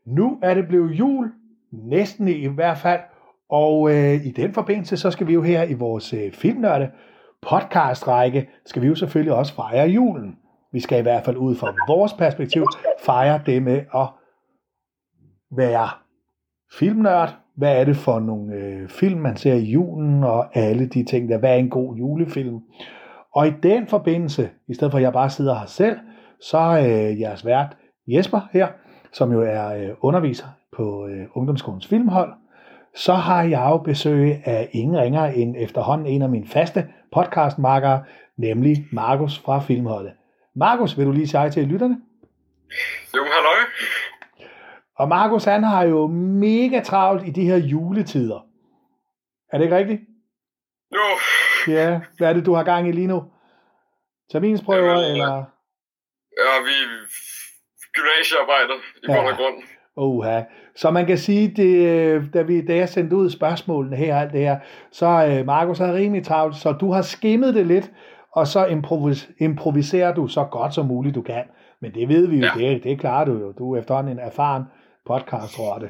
Nu er det blevet jul, næsten i hvert fald, og i den forbindelse, så skal vi jo her i vores filmnørde podcastrække, skal vi jo selvfølgelig også fejre julen. Vi skal i hvert fald ud fra vores perspektiv fejre det med at være filmnørd. Hvad er det for nogle film, man ser i julen, og alle de ting der. Hvad er en god julefilm? Og i den forbindelse, i stedet for at jeg bare sidder her selv, så er jeres vært Jesper her, som jo er underviser på Ungdomsskolens Filmhold. Så har jeg jo besøg af ingen ringer end efterhånden en af mine faste podcastmarkere, nemlig Markus fra Filmholdet. Markus, vil du lige sige til lytterne? Jo, halløj. Og Markus, han har jo mega travlt i de her juletider. Er det ikke rigtigt? Jo. Ja, hvad er det, du har gang i lige nu? Terminsprøver, eller? Ja, vi gymnasiearbejder i bund og grund. Oha. Så man kan sige, da jeg sendte ud spørgsmålene her og alt det her, så Markus er rimelig travlt, så du har skimmet det lidt, og så improviserer du så godt som muligt, du kan. Men det ved vi jo, det klarer du jo. Du er efterhånden en erfaren podcast-rotte.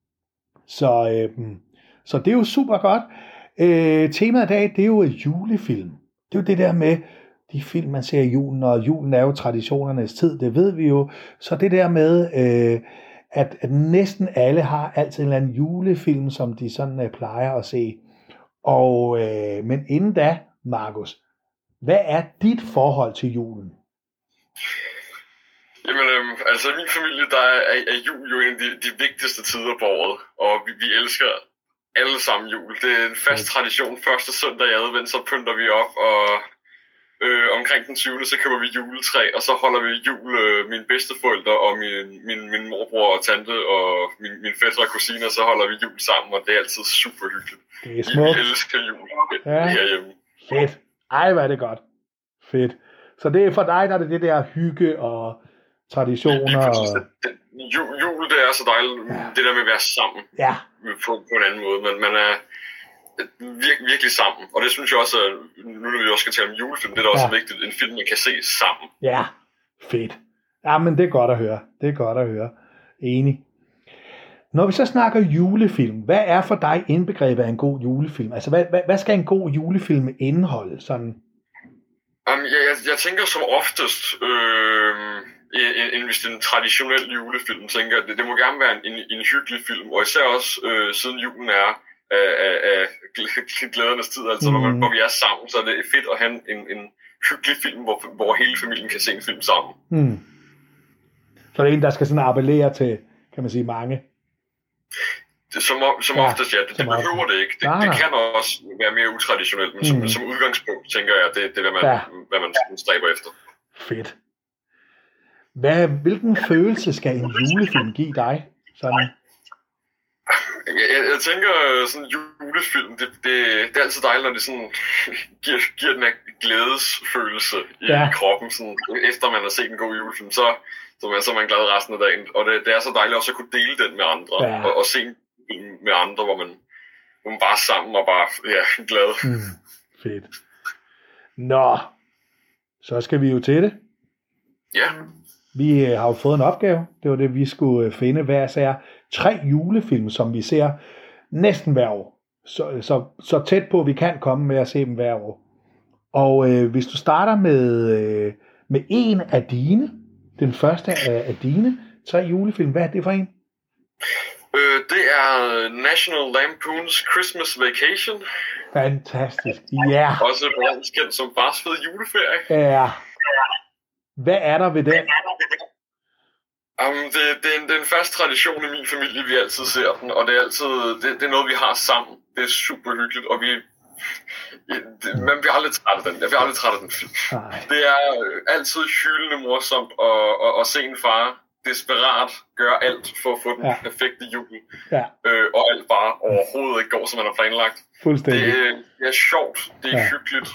Så det er jo super godt. Temaet i dag, det er jo julefilm. Det er jo det der med de film, man ser i julen, og julen er jo traditionernes tid, det ved vi jo. Så det der med, at næsten alle har altid en eller anden julefilm, som de sådan plejer at se. Men inden da, Markus, hvad er dit forhold til julen? Jamen, altså i min familie, der er jul jo en af de vigtigste tider på året, og vi elsker alle sammen jul. Det er en fast tradition. Første søndag i advent, så pynter vi op, og omkring den 20. så køber vi juletræ, og så holder vi jul, mine bedsteforældre og min morbror og tante og min fætter og kusiner, så holder vi jul sammen, og det er altid super hyggeligt. Det er smukt. Vi elsker jul herhjemme. Fedt. Ej, hvad er det godt. Fedt. Så det er for dig, der er det der hygge og traditioner. Jul, det er så dejligt, det der med at være sammen på en anden måde, men man er virkelig sammen, og det synes jeg også, nu når vi også skal tale om julefilm, det er da også vigtigt, en film, man kan se sammen. Ja, fedt. Ja, men det er godt at høre. Det er godt at høre. Enig. Når vi så snakker julefilm, hvad er for dig indbegrebet af en god julefilm? Altså, hvad skal en god julefilm indeholde? Sådan? Jeg tænker som oftest, hvis det er en traditionel julefilm, tænker jeg, det må gerne være en hyggelig film, og især også siden julen er af glædernes tid, altså hvor vi er sammen, så er det fedt at have en hyggelig film, hvor hele familien kan se en film sammen. Så det er en, der skal sådan appellere til, kan man sige, mange? Som oftest, ja. Det behøver det ikke. Det kan også være mere utraditionelt, men som udgangspunkt, tænker jeg, det er, hvad man stræber efter. Fedt. Hvilken følelse skal en julefilm give dig? Sådan? Jeg tænker, sådan en julefilm, det er altid dejligt, når det sådan giver den her glædesfølelse i kroppen. Sådan, efter man har set en god julefilm, så er man glad resten af dagen. Og det er så dejligt også at kunne dele den med andre, og se en film med andre, hvor man bare er sammen og bare glad. Fedt. Nå, så skal vi jo til det. Ja. Vi har jo fået en opgave. Det var det, vi skulle finde hver sær 3 julefilm, som vi ser næsten hver år. Så tæt på, vi kan komme med at se dem hver år. Og hvis du starter med en af dine, den første af dine 3 julefilm, hvad er det for en? Det er National Lampoon's Christmas Vacation. Fantastisk, ja. Også kendt som Fars fede juleferie. Ja. Hvad er der ved den? Det er en fast tradition i min familie, vi altid ser den, og det er altid det er noget, vi har sammen. Det er super hyggeligt, og man bliver aldrig træt af den. Jeg bliver aldrig træt af den film. Det er altid hyldende morsomt at se en far desperat gøre alt for at få den perfekte jul, og alt bare overhovedet ikke går, som man har planlagt. Fuldstændig. Det er sjovt, det er hyggeligt,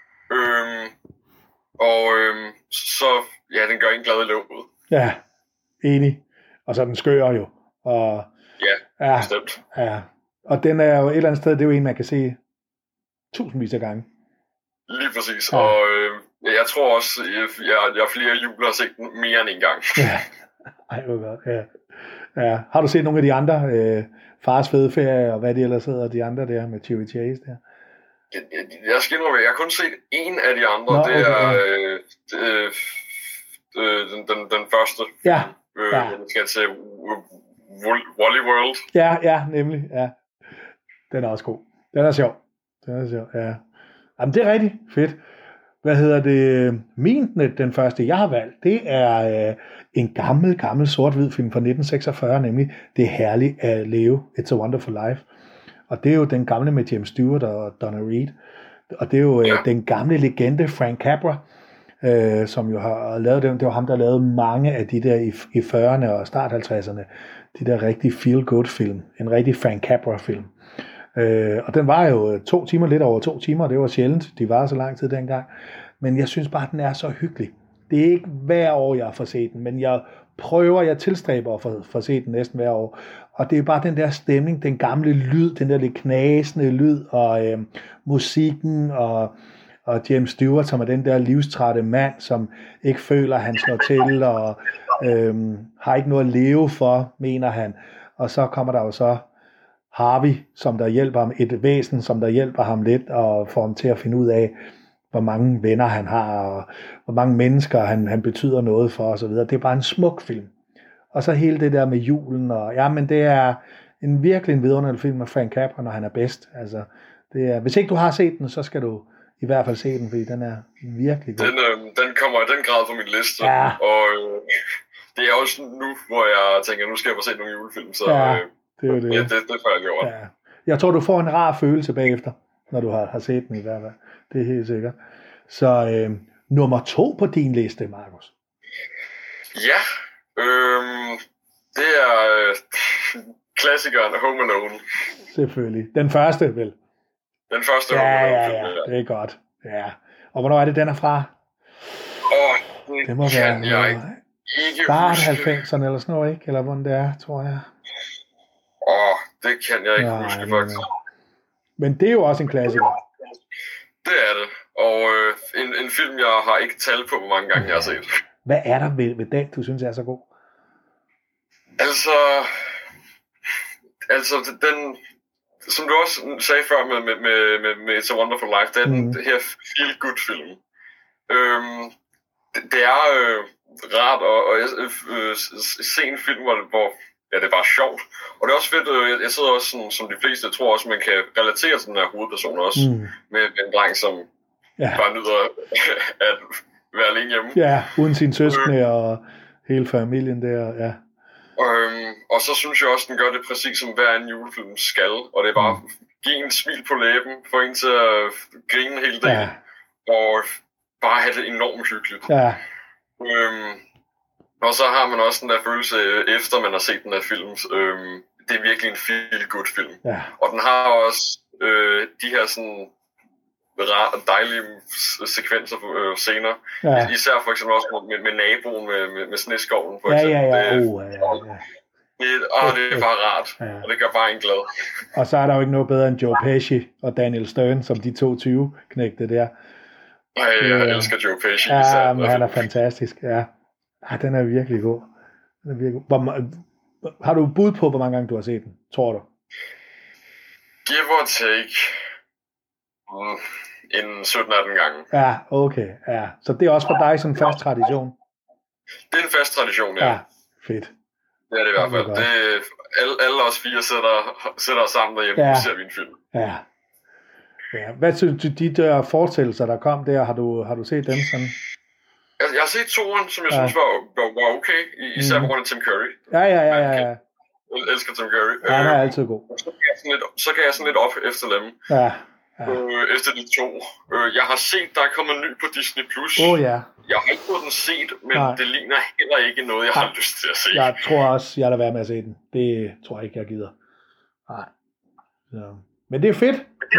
så den gør en glad i løbet. Ja, enig. Og så den skører jo. Og, bestemt. Ja. Og den er jo et eller andet sted, det er jo en, man kan se tusindvis af gange. Lige præcis, og jeg tror også, jeg flere juler har set den mere end en gang. Ja, ej, hvor godt, ja. Ja. Har du set nogle af de andre, Fars fede ferie, og hvad de ellers hedder, de andre der med Chevy Chase der? Jeg skal indrømme, jeg har kun set en af de andre. Nå, det okay, er den første. Ja. Skal jeg til Wally World. Ja, nemlig. Ja. Den er også god. Den er sjov, ja. Jamen, det er rigtig fedt. Hvad hedder det? Den første, jeg har valgt, det er en gammel sort-hvid film fra 1946, nemlig Det er herligt at leve, It's a Wonderful Life. Og det er jo den gamle med James Stewart og Donna Reed. Og det er jo den gamle legende Frank Capra, som jo har lavet det. Det var ham, der lavede mange af de der i 40'erne og start 50'erne. De der rigtig feel-good film. En rigtig Frank Capra film. Og den var jo 2 timer, lidt over 2 timer. Det var sjældent. De var så lang tid dengang. Men jeg synes bare, at den er så hyggelig. Det er ikke hver år, jeg får set den, men jeg tilstræber at få set den næsten hver år. Og det er bare den der stemning, den gamle lyd, den der lidt knasende lyd, og musikken, og James Stewart, som er den der livstrætte mand, som ikke føler, han slår til, og har ikke noget at leve for, mener han. Og så kommer der jo så Harvey, som der hjælper ham, et væsen, som der hjælper ham lidt, og får ham til at finde ud af, hvor mange venner han har, og hvor mange mennesker han betyder noget for, og så videre. Det er bare en smuk film. Og så hele det der med julen, og men det er virkelig en vidunderlig film med Frank Capra, når han er bedst. Altså, det er, hvis ikke du har set den, så skal du i hvert fald se den, fordi den er virkelig god. Den kommer i den grad på min liste, og det er også nu, hvor jeg tænker, nu skal jeg få set nogle julefilm, så det er det. Det får jeg gjort. Ja. Jeg tror, du får en rar følelse bagefter, når du har set den i hvert fald. Det er helt sikkert. Så nummer 2 på din liste, Markus. Ja, det er klassikeren Home Alone. Selvfølgelig. Den første, vel? Den første Home Alone. Ja, det er godt. Ja. Og hvornår er det, den er fra? Det må være jeg ikke start 90'erne eller sådan noget, ikke? Eller hvordan det er, tror jeg. Det kan jeg ikke huske, faktisk. Men det er jo også en klassiker. Det er det. Og en film, jeg har ikke tal på, hvor mange gange jeg har set. Hvad er der ved den, du synes er så god? Altså den, som du også sagde før med It's a Wonderful Life, det er den her feel-good film. Det er rart at se en film, hvor det er bare sjovt. Og det er også fedt, jeg sidder også som de fleste, jeg tror også, man kan relatere til den her hovedperson også, med en dreng, som bare nyder at være alene hjemme. Ja, uden sine søskende og hele familien der, ja. Og så synes jeg også, den gør det præcis som hver en julefilm skal, og det er bare give en smil på læben, få en til at grine hele dagen, og bare have det enormt hyggeligt. Ja. Og så har man også den der følelse, efter man har set den her film, det er virkelig en feel-good film. Ja. Og den har også de her sådan dejlige sekvenser scener. Ja. Især for eksempel også med naboen med sneskoven. For eksempel. Det er bare rart, og det gør bare en glad. Og så er der jo ikke noget bedre end Joe Pesci og Daniel Stern, som de 22 knægte der. Jeg elsker Joe Pesci. Ja, men han er fantastisk, ja. Den er virkelig god. Har du bud på, hvor mange gange du har set den, tror du? Give or take en 17-18 gange. Ja, okay. Ja. Så det er også for dig sådan en fast tradition? Det er en fast tradition, ja. Ja, fedt. Det er det i hvert fald. Alle os 4 sætter os sammen derhjemme, og ser vi en film. Ja. Hvad synes du, de der fortællelser, der kom der, har du set dem sådan? Jeg har set toren, som jeg synes var okay, især på grund af Tim Curry. Ja. Jeg elsker Tim Curry. Ja, han er altid god. Så kan jeg sådan lidt op efter dem. Ja. Efter de 2. Jeg har set, der er kommet ny på Disney+. Ja. Jeg har ikke fået den set, men det ligner heller ikke noget, jeg har lyst til at se. Jeg tror også, jeg lader være med at se den. Det tror jeg ikke, jeg gider. Nej. Så. Men det er fedt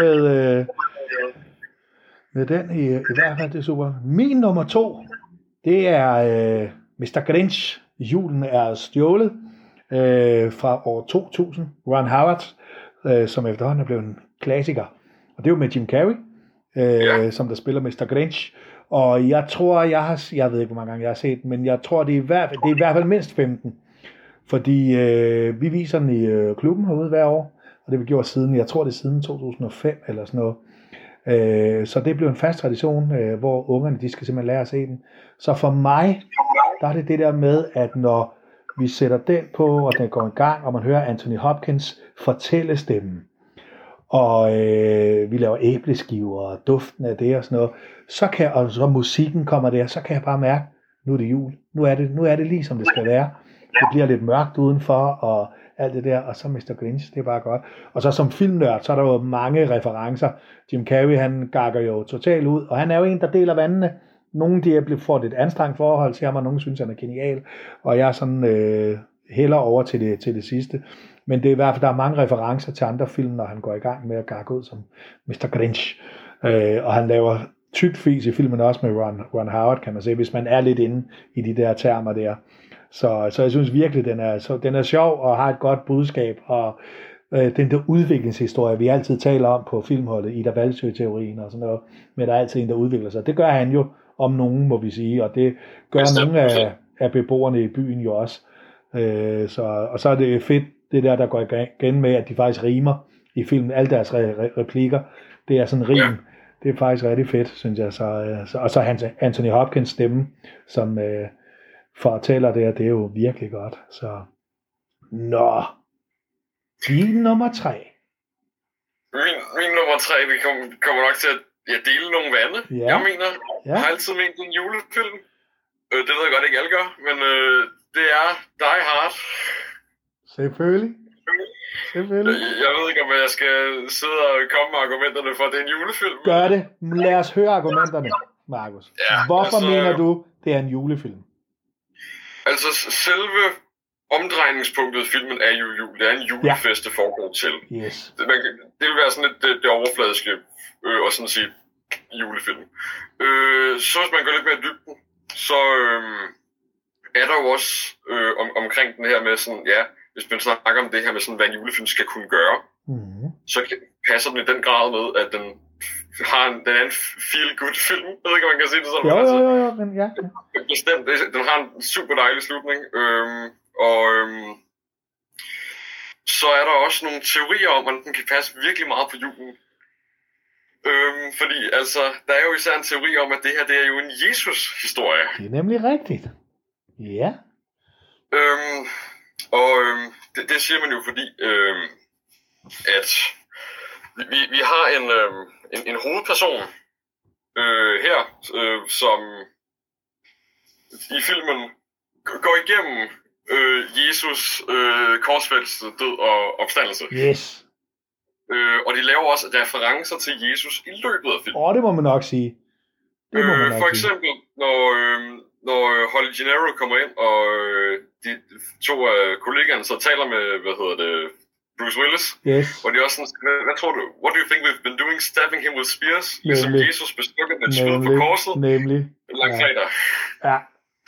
med den i hvert fald, det er super. Min nummer 2, det er Mr. Grinch. Julen er stjålet fra år 2000. Ron Howard, som efterhånden er blevet en klassiker. Og det er jo med Jim Carrey, som der spiller Mr. Grinch. Og jeg tror, jeg ved ikke, hvor mange gange jeg har set den, men jeg tror, det er i hvert fald mindst 15. Fordi vi viser den i klubben herude hver år, og det har vi gjort siden, jeg tror det er siden 2005 eller sådan noget. Så det blev en fast tradition, hvor ungerne de skal simpelthen lære at se den. Så for mig, der er det der med, at når vi sætter den på, og den går i gang, og man hører Anthony Hopkins fortælle stemmen, og vi laver æbleskiver og duften af det og sådan noget, og så musikken kommer der, så kan jeg bare mærke, nu er det jul. Nu er det lige som det skal være. Det bliver lidt mørkt udenfor, og alt det der, og så Mr. Grinch, det er bare godt. Og så som filmnørd, så er der jo mange referencer. Jim Carrey, han gakker jo totalt ud, og han er jo en, der deler vandene. Nogle de får et anstrengt forhold til ham, og nogen synes, han er genial, og jeg er sådan hælder over til det sidste. Men det er i hvert fald, der er mange referencer til andre film, når han går i gang med at gakke ud som Mr. Grinch. Og han laver tykt fis i filmen også med Ron Howard, kan man se, hvis man er lidt inde i de der termer der. Så jeg synes virkelig, den er sjov og har et godt budskab, og den der udviklingshistorie, vi altid taler om på filmholdet, Ida Balsø-teorien og sådan noget, men der er altid en, der udvikler sig. Det gør han jo om nogen, må vi sige, og det gør nogle af beboerne i byen jo også. Og så er det fedt, det der går igen med, at de faktisk rimer i filmen. Alle deres replikker, det er sådan rim. Ja. Det er faktisk rigtig fedt, synes jeg. Og så Anthony Hopkins stemme, som fortæller det er jo virkelig godt. Så din nummer 3. Min nummer 3, vi kommer nok til at dele nogle vande. Ja. Jeg har altid ment en julefilm. Det ved jeg godt ikke alle gør, men det er Die Hard. Selvfølgelig. Jeg ved ikke, om jeg skal sidde og komme med argumenterne for, at det er en julefilm. Gør det. Lad os høre argumenterne, Markus. Ja, hvorfor mener du, det er en julefilm? Altså, selve omdrejningspunktet i filmen er jo jul. Det er en julefest, det foregår til. Yes. Det vil være sådan det overfladiske og sådan sige julefilm. Så hvis man går lidt mere i dybden, så er der jo også omkring den her med sådan, hvis man snakker om det her med sådan, hvad en julefilm skal kunne gøre, så passer den i den grad med, at den er en feel-good film. Jeg ved ikke, om man kan sige det sådan. Jo, men ja. Bestemt, den har en super dejlig slutning. Så er der også nogle teorier om, at den kan passe virkelig meget på julen. Fordi altså, der er jo især en teori om, at det her, det er jo en Jesus-historie. Det er nemlig rigtigt. Ja. Det siger man jo, fordi at vi har en hovedperson her, som i filmen går igennem Jesus korsfældelse, død og opstandelse. Yes. Og de laver også referencer til Jesus i løbet af filmen. Det må man nok sige. For eksempel, når Holly Gennaro kommer ind, og de to af kollegaerne så taler med, Bruce Willis. Yes. Og de er også sådan, hvad tror du? What do you think we've been doing? Stabbing him with spears? Ligesom Jesus bestykket med et spyd på korset. Nemlig. Langfredag. Ja.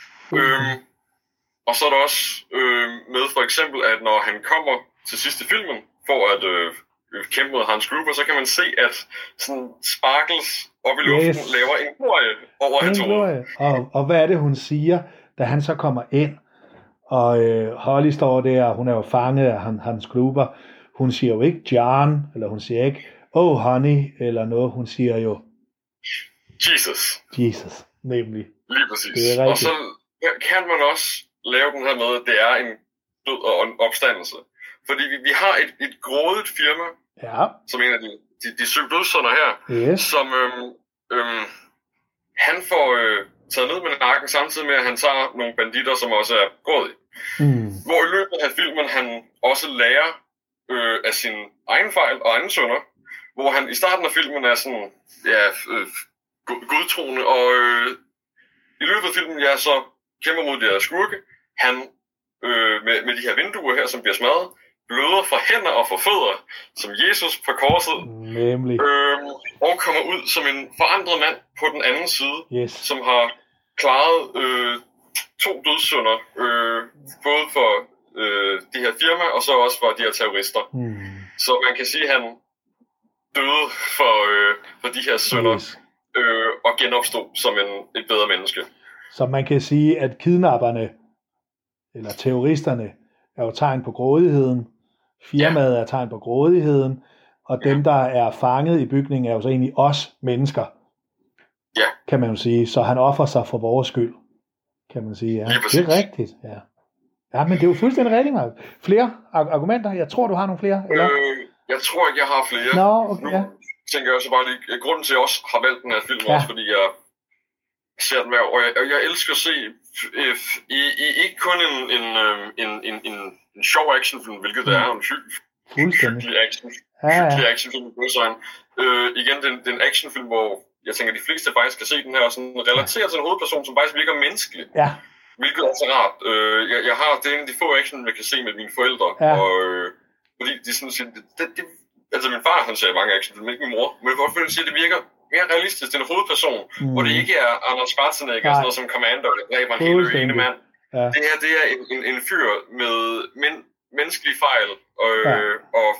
Og så er der også med for eksempel, at når han kommer til sidste filmen, for at kæmpe mod Hans Gruber, så kan man se, at sådan Sparkles op i luften laver en glorie over hans hoved. Og hvad er det, hun siger, da han så kommer ind? Og Holly står der, og hun er jo fanget af Hans Gruber. Hun siger jo ikke John, eller hun siger ikke, oh honey, eller noget. Hun siger jo Jesus, nemlig. Lige præcis. Og så kan man også lave den her med, at det er en død og en opstandelse. Fordi vi har et grådigt firma, som en af de 7 dødssynder her, som han får taget ned med nakken, samtidig med, at han tager nogle banditter, som også er grådige. Hvor i løbet af filmen, han også lærer af sin egen fejl og anden sønner, hvor han i starten af filmen er sådan, godtroende, og i løbet af filmen, så kæmper mod de her skurke. Han med de her vinduer her, som bliver smadret, bløder fra hænder og fra fødder, som Jesus på korset. Nemlig. Og kommer ud som en forandret mand på den anden side, som har klaret 2 dødssynder, både for de her firma, og så også for de her terrorister. Så man kan sige, at han døde for de her synder, og genopstod som et bedre menneske. Så man kan sige, at kidnapperne, eller terroristerne, er jo tegn på grådigheden. Firmaet er tegn på grådigheden. Og dem, der er fanget i bygningen, er jo så egentlig os mennesker. Ja. Kan man jo sige. Så han offer sig for vores skyld. Kan man sige, ja. Det er rigtigt, ja. Ja, men det er jo fuldstændig rigtigt, Mark. Flere argumenter? Jeg tror, du har nogle flere, eller? Jeg tror ikke, jeg har flere. Nå, okay, ja. Nu tænker jeg så bare lige, grunden til, at jeg også har valgt den her film, også fordi jeg ser den hver år, og jeg elsker at se, ikke kun en sjov actionfilm, hvilket det er, en hyggelig actionfilm på sign. Igen, det er en actionfilm, hvor jeg tænker, de fleste faktisk kan se den her, og sådan relaterer til en hovedperson, som faktisk virker menneskelig. Ja. Hvilket er så rart. Jeg har, det er en af de få action, jeg kan se med mine forældre, og fordi de sådan siger, altså min far, han ser mange actionfilm, men ikke min mor, men hvorfor siger, det virker mere realistisk, det er en hovedperson, hvor det ikke er Arnold Schwarzenegger, sådan noget som Commander, der dræber en hel ene mand. Ja. Det er en fyr med menneskelige fejl, og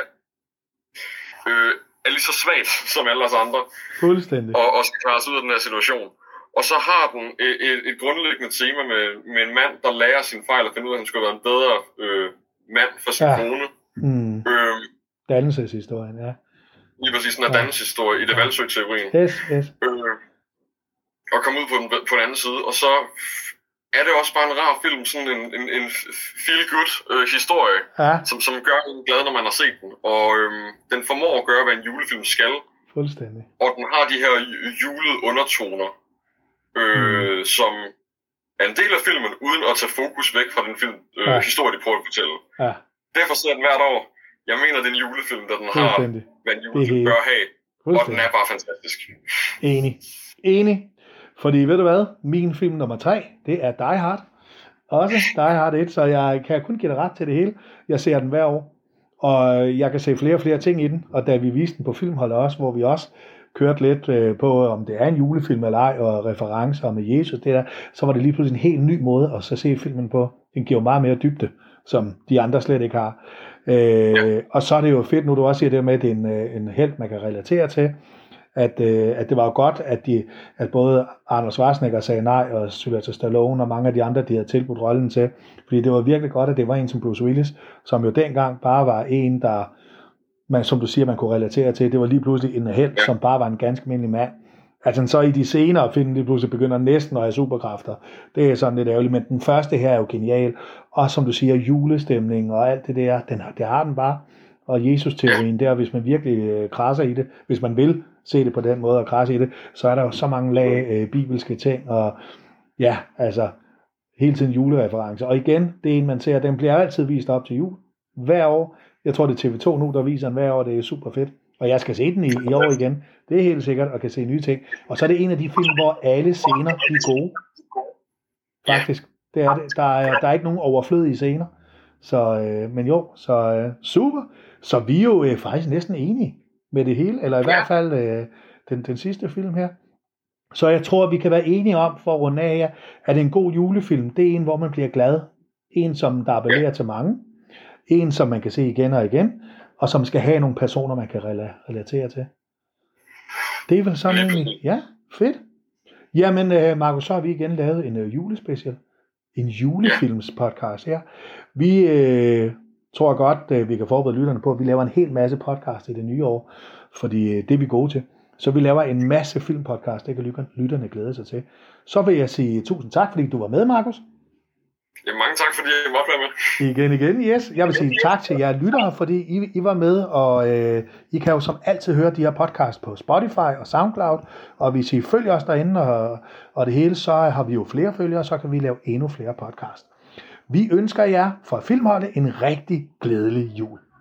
er lige så svagt som alle os andre. Fuldstændig. Og skal klare sig ud af den her situation. Og så har den et grundlæggende tema med en mand, der lærer sin fejl og finder ud af, at han skulle være en bedre mand for sin kone. Dannelseshistorien, ja. Lige præcis sådan en dannelseshistorie i det valgsøg-teorien. Yes. Og komme ud på den anden side. Og så er det også bare en rar film, sådan en feel-good historie, som gør en glad, når man har set den. Og den formår at gøre, hvad en julefilm skal. Fuldstændig. Og den har de her julede undertoner, som er en del af filmen, uden at tage fokus væk fra den historie, de prøver at fortælle. Ja. Derfor ser den hvert år. Jeg mener, det er en julefilm, der den har, hvad en julefilm bør have. Og den er bare fantastisk. Enig. Fordi ved du hvad? Min film nummer 3, det er Die Hard. Også Die Hard 1, så jeg kan kun give dig ret til det hele. Jeg ser den hver år. Og jeg kan se flere og flere ting i den. Og da vi viste den på Filmholdet også, hvor vi også kørte lidt på, om det er en julefilm eller ej, og referencer med Jesus, det der, så var det lige pludselig en helt ny måde at så se filmen på. Den giver meget mere dybde, som de andre slet ikke har. Og så er det jo fedt, nu du også siger det med, at det er en helt, man kan relatere til, at det var jo godt, at både Arnold Schwarzenegger sagde nej, og Sylvester Stallone og mange af de andre, de havde tilbudt rollen til, fordi det var virkelig godt, at det var en som Bruce Willis, som jo dengang bare var en, der man, som du siger, man kunne relatere til. Det var lige pludselig en helt, som bare var en ganske almindelig mand. Altså så i de senere film lige pludselig begynder næsten at have superkræfter. Det er sådan lidt ærgerligt, men den første her er jo genial. Og som du siger, julestemning og alt det der, det har den bare. Og Jesus-teorien der, hvis man virkelig krasser i det, hvis man vil se det på den måde og krasse i det, så er der jo så mange lag bibelske ting, og ja, altså hele tiden julereferencer. Og igen, det er en, man ser, den bliver altid vist op til jul. Hver år. Jeg tror, det er TV2 nu, der viser den hver år. Det er super fedt. Og jeg skal se den i år igen. Det er helt sikkert, og kan se nye ting. Og så er det en af de film, hvor alle scener er gode. Faktisk. Det er det. Der er ikke nogen overflødige scener. Så, men jo, så super. Så vi er jo faktisk næsten enige med det hele. Eller i hvert fald den sidste film her. Så jeg tror, vi kan være enige om, for at runde af, at en god julefilm, det er en, hvor man bliver glad. En, som der appellerer til mange. En, som man kan se igen og igen, og som skal have nogle personer, man kan relatere til. Det er vel sådan egentlig. Ja, fedt. Jamen, Markus, så har vi igen lavet en julespecial. En julefilmspodcast her. Vi tror godt, vi kan forberede lytterne på, at vi laver en hel masse podcast i det nye år, fordi det er vi gode til. Så vi laver en masse filmpodcast, det kan lytterne glæde sig til. Så vil jeg sige tusind tak, fordi du var med, Markus. Ja, mange tak, fordi I måtte være med. Igen, yes. Jeg vil sige tak til jer lyttere, fordi I var med, og I kan jo som altid høre de her podcast på Spotify og SoundCloud, og hvis I følger os derinde og det hele, så har vi jo flere følgere, så kan vi lave endnu flere podcast. Vi ønsker jer fra Filmholdet en rigtig glædelig jul.